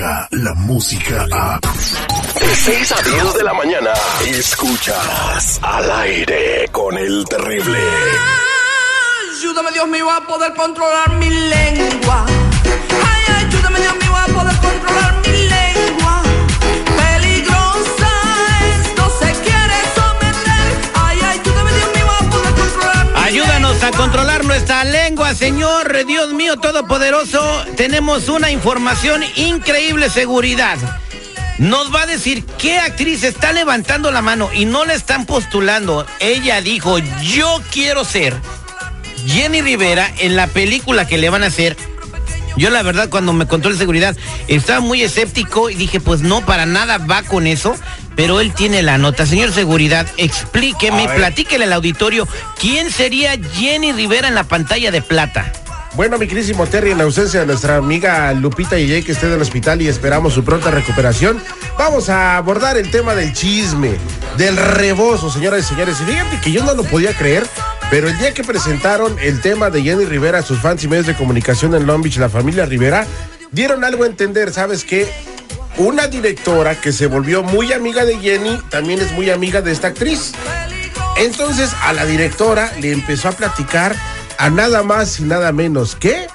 llega la música a... De 6 a 10 de la mañana, escuchas Al Aire con el Terrible. Ayúdame, Dios mío, a poder controlar mi lengua. Ay, ayúdame, Dios mío, a poder controlar mi lengua. Peligrosa es, no se quiere someter. Ay, ayúdame, Dios mío, a poder controlar mi Ayúdanos a controlar nuestra lengua, Señor. Dios mío todopoderoso, tenemos una información increíble, seguridad. Nos va a decir qué actriz está levantando la mano y no le están postulando. Ella dijo, yo quiero ser Jenny Rivera en la película que le van a hacer. Yo la verdad cuando me contó el seguridad estaba muy escéptico y dije, pues no, para nada va con eso. Pero él tiene la nota. Señor seguridad, explíqueme, platíquele al auditorio, ¿quién sería Jenny Rivera en la pantalla de plata? Bueno, mi queridísimo Terry, en la ausencia de nuestra amiga Lupita Yeye, que esté en el hospital y esperamos su pronta recuperación, vamos a abordar el tema del chisme, del rebozo, señoras y señores. Y fíjate que yo no lo podía creer, pero el día que presentaron el tema de Jenny Rivera a sus fans y medios de comunicación en Long Beach, la familia Rivera, dieron algo a entender, ¿sabes qué? Una directora que se volvió muy amiga de Jenny, también es muy amiga de esta actriz. Entonces, a la directora le empezó a platicar a nada más y nada menos que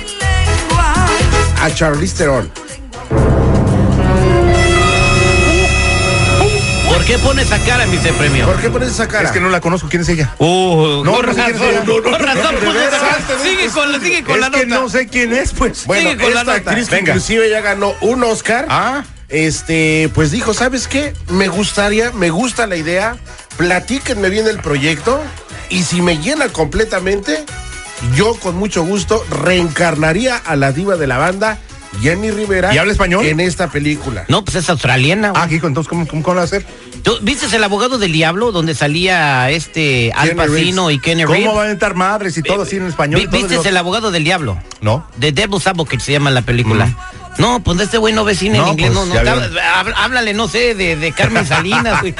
a Charlize Theron. ¿Por qué pone esa cara, vicepremio? ¿Por qué pones esa cara? Es que no la conozco. ¿Quién es ella? No, no sé quién es ella. Con razón, sigue con la nota. Es que no sé quién es, pues. Bueno, sigue con la esta nota. actriz que Venga. inclusive ya ganó un Oscar. Ah. Pues dijo, ¿sabes qué? Me gusta la idea, platíquenme bien el proyecto y si me llena completamente, yo con mucho gusto reencarnaría a la diva de la banda, Jenny Rivera. ¿Y habla español? En esta película. No, pues es australiana. Ah, Kiko, entonces, ¿cómo lo va a hacer? ¿Tú viste El Abogado del Diablo, donde salía Al Pacino y Kenny Reeves? ¿Cómo va a aventar madres y todo así en español? y todo? ¿Viste El Abogado del Diablo? No. The Devil's Advocate se llama la película. No, pues este güey no ve cine en inglés. Pues, Háblale, no sé, de Carmen Salinas, güey.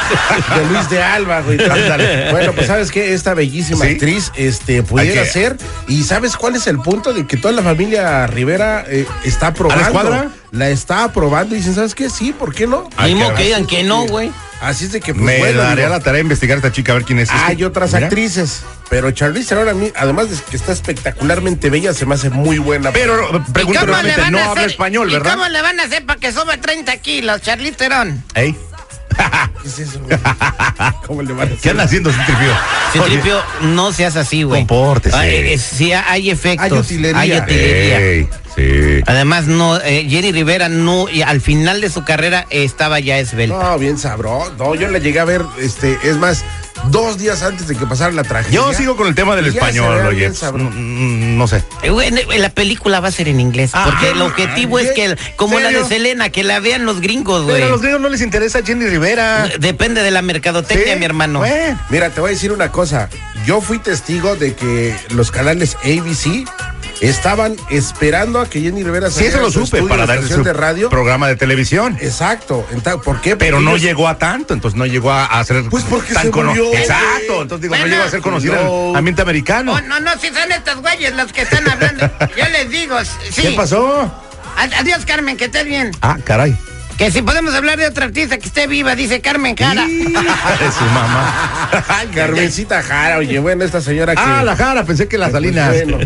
De Luis de Alba, güey. Bueno, pues sabes que esta bellísima actriz pudiera ser. ¿Y sabes cuál es el punto? De que toda la familia Rivera está aprobando. ¿A la escuadra? La está aprobando y dicen, ¿sabes qué? Sí, ¿por qué no? Mismo que digan que no, güey. Así es de que pues, Me daré a la tarea de investigar a esta chica a ver quién es. Hay otras actrices, pero Charlize Theron a mí, además de que está espectacularmente bella, se me hace muy buena. Pero pregunto nuevamente, no habla español, ¿verdad? ¿Y cómo le van a hacer para que suba 30 kilos, Charlize Theron? ¿Ey? ¿Qué es eso, güey? ¿Cómo le van a hacer? ¿Qué anda haciendo Citripio? Citripio, no seas así, güey. Compórtese. Sí, hay efectos. Hay utilería. Hay utilería. Ey, sí. Además, no, Jenny Rivera no, y al final de su carrera estaba ya esbelta. No, bien sabroso. No, yo la llegué a ver, es más, 2 días antes de que pasara la tragedia. Yo sigo con el tema del Y ya se español, vea oye. bien sabroso. No sé. La película va a ser en inglés, porque el objetivo es que, como la de ¿serio? Selena, que la vean los gringos, güey. Pero a los gringos no les interesa Jenny Rivera. Depende de la mercadotecnia, ¿Sí? mi hermano. Bueno. Mira, te voy a decir una cosa. Yo fui testigo de que los canales ABC estaban esperando a que Jenny Rivera Sí, eso lo supe para darle su de radio. programa de televisión. Exacto. ¿Por qué? Pero Porque no ellos- llegó a tanto, entonces no llegó a ser Pues porque tan se murió. Exacto, entonces digo, Bueno, no llegó a ser conocido en no. el ambiente americano. Oh, no, si son estos güeyes los que están hablando. Yo les digo, sí. ¿Qué pasó? Adiós, Carmen, que estés bien. Ah, caray. Que si podemos hablar de otra artista que esté viva, dice Carmen Jara. De su mamá. Carmencita Jara, oye, bueno, esta señora que... Ah, la Jara, pensé que la Salinas. bueno.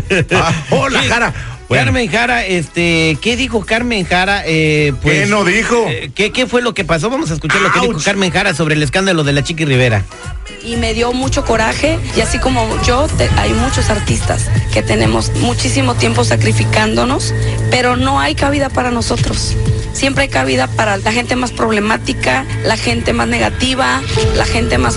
La Sí. Jara. Bueno. Carmen Jara, ¿qué dijo Carmen Jara? Pues, ¿Qué no dijo? ¿Qué fue lo que pasó? Vamos a escuchar lo que dijo Ouch. Carmen Jara sobre el escándalo de la Chiqui Rivera. Y me dio mucho coraje, y así como yo, hay muchos artistas que tenemos muchísimo tiempo sacrificándonos, pero no hay cabida para nosotros. Siempre hay cabida para la gente más problemática, la gente más negativa, la gente más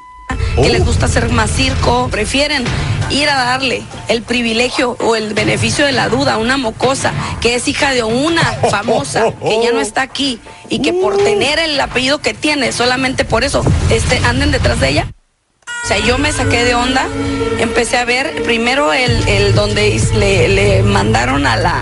que les gusta hacer más circo. Prefieren ir a darle el privilegio o el beneficio de la duda a una mocosa que es hija de una famosa que ya no está aquí y que por tener el apellido que tiene, solamente por eso, anden detrás de ella. O sea, yo me saqué de onda, empecé a ver primero el donde le mandaron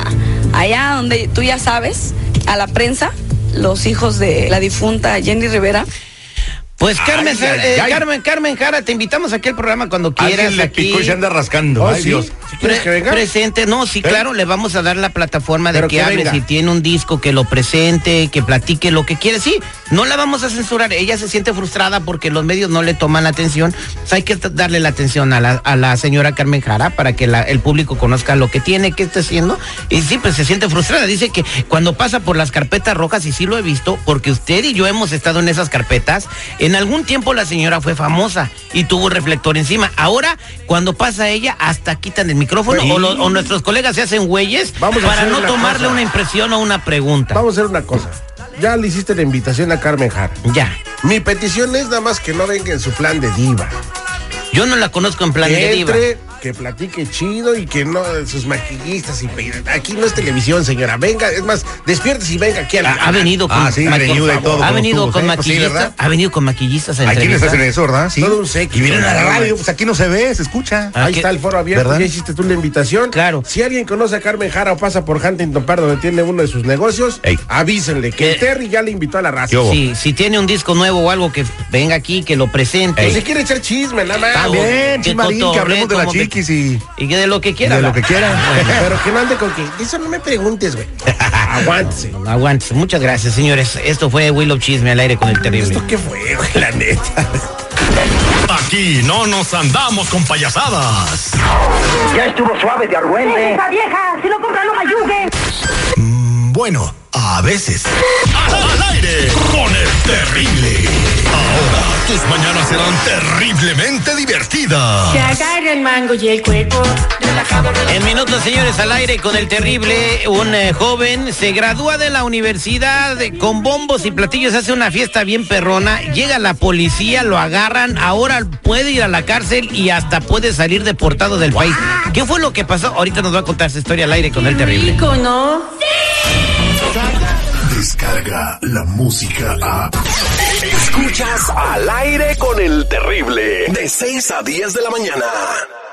allá donde tú ya sabes, a la prensa, los hijos de la difunta Jenny Rivera. Pues Carmen, Ay, ay, ay. Carmen Jara, te invitamos aquí al programa cuando quieras. Alguien le aquí. picó y se anda rascando. Oh, Ay, ¿sí? Dios. ¿Sí quieres que venga? Presente, no, sí, claro, le vamos a dar la plataforma de Pero que que hable, venga. si tiene un disco, que lo presente, que platique lo que quiere. Sí, no la vamos a censurar. Ella se siente frustrada porque los medios no le toman la atención. Pues hay que darle la atención a la señora Carmen Jara para que el público conozca lo que tiene, qué está haciendo. Y sí, pues se siente frustrada. Dice que cuando pasa por las carpetas rojas, y sí lo he visto, porque usted y yo hemos estado en esas carpetas, en algún tiempo la señora fue famosa y tuvo reflector encima. Ahora, cuando pasa ella, hasta quitan el micrófono Sí. o nuestros colegas se hacen güeyes Vamos a para hacer no una tomarle cosa. una impresión o una pregunta. Vamos a hacer una cosa. Ya le hiciste la invitación a Carmen Jara. Ya. Mi petición es nada más que no venga en su plan de diva. Yo no la conozco en plan Que de diva. entre, que platique chido y que no sus maquillistas y aquí no es televisión, señora. Venga, es más, despiértese y venga aquí al Ha venido con sí, ma- greñuda y todo. ha con venido los con tubos, pues sí, maquillistas, ¿verdad? ha venido con maquillistas a Aquí les entrevistas. hacen eso, ¿verdad? Sí. Todo un séquito. Y vienen a la ¿verdad? radio, pues aquí no se ve, se escucha. Ah, Ahí ¿qué? está el foro abierto, ¿Verdad? ya hiciste tú la invitación. Claro. Si alguien conoce a Carmen Jara o pasa por Huntington Park donde tiene uno de sus negocios, Ey. avísenle que el Terry ya le invitó a la raza. ¿Qué hubo? Sí, si tiene un disco nuevo o algo, que venga aquí, que lo presente. O si quiere echar chisme, nada más. También, que Chimarín, que cotorree, hablemos de la como de- chiquis y Y que de lo que quiera. de lo ¿verdad? que quieran. Pero que no ande con que eso no me preguntes, güey. Aguántese. Aguante. Muchas gracias, señores. Esto fue Will of Chisme al aire con el terrible. ¿Esto qué fue, güey? La neta. Aquí no nos andamos con payasadas. Ya estuvo suave de argüente. ¡Esa vieja! ¡Si lo compra, no me ayude! Bueno, a veces. Al aire con el terrible. Ahora tus mañanas serán terriblemente divertidas. Se agarra el mango y el cuerpo. Relajado, En minutos, señores, al aire con el terrible, un joven se gradúa de la universidad con bombos y platillos, hace una fiesta bien perrona, llega la policía, lo agarran, ahora puede ir a la cárcel y hasta puede salir deportado del país. ¿Qué fue lo que pasó? Ahorita nos va a contar su historia al aire con el terrible. rico, ¿no? Descarga la música a... Escuchas Al aire con el terrible. De 6 a 10 de la mañana.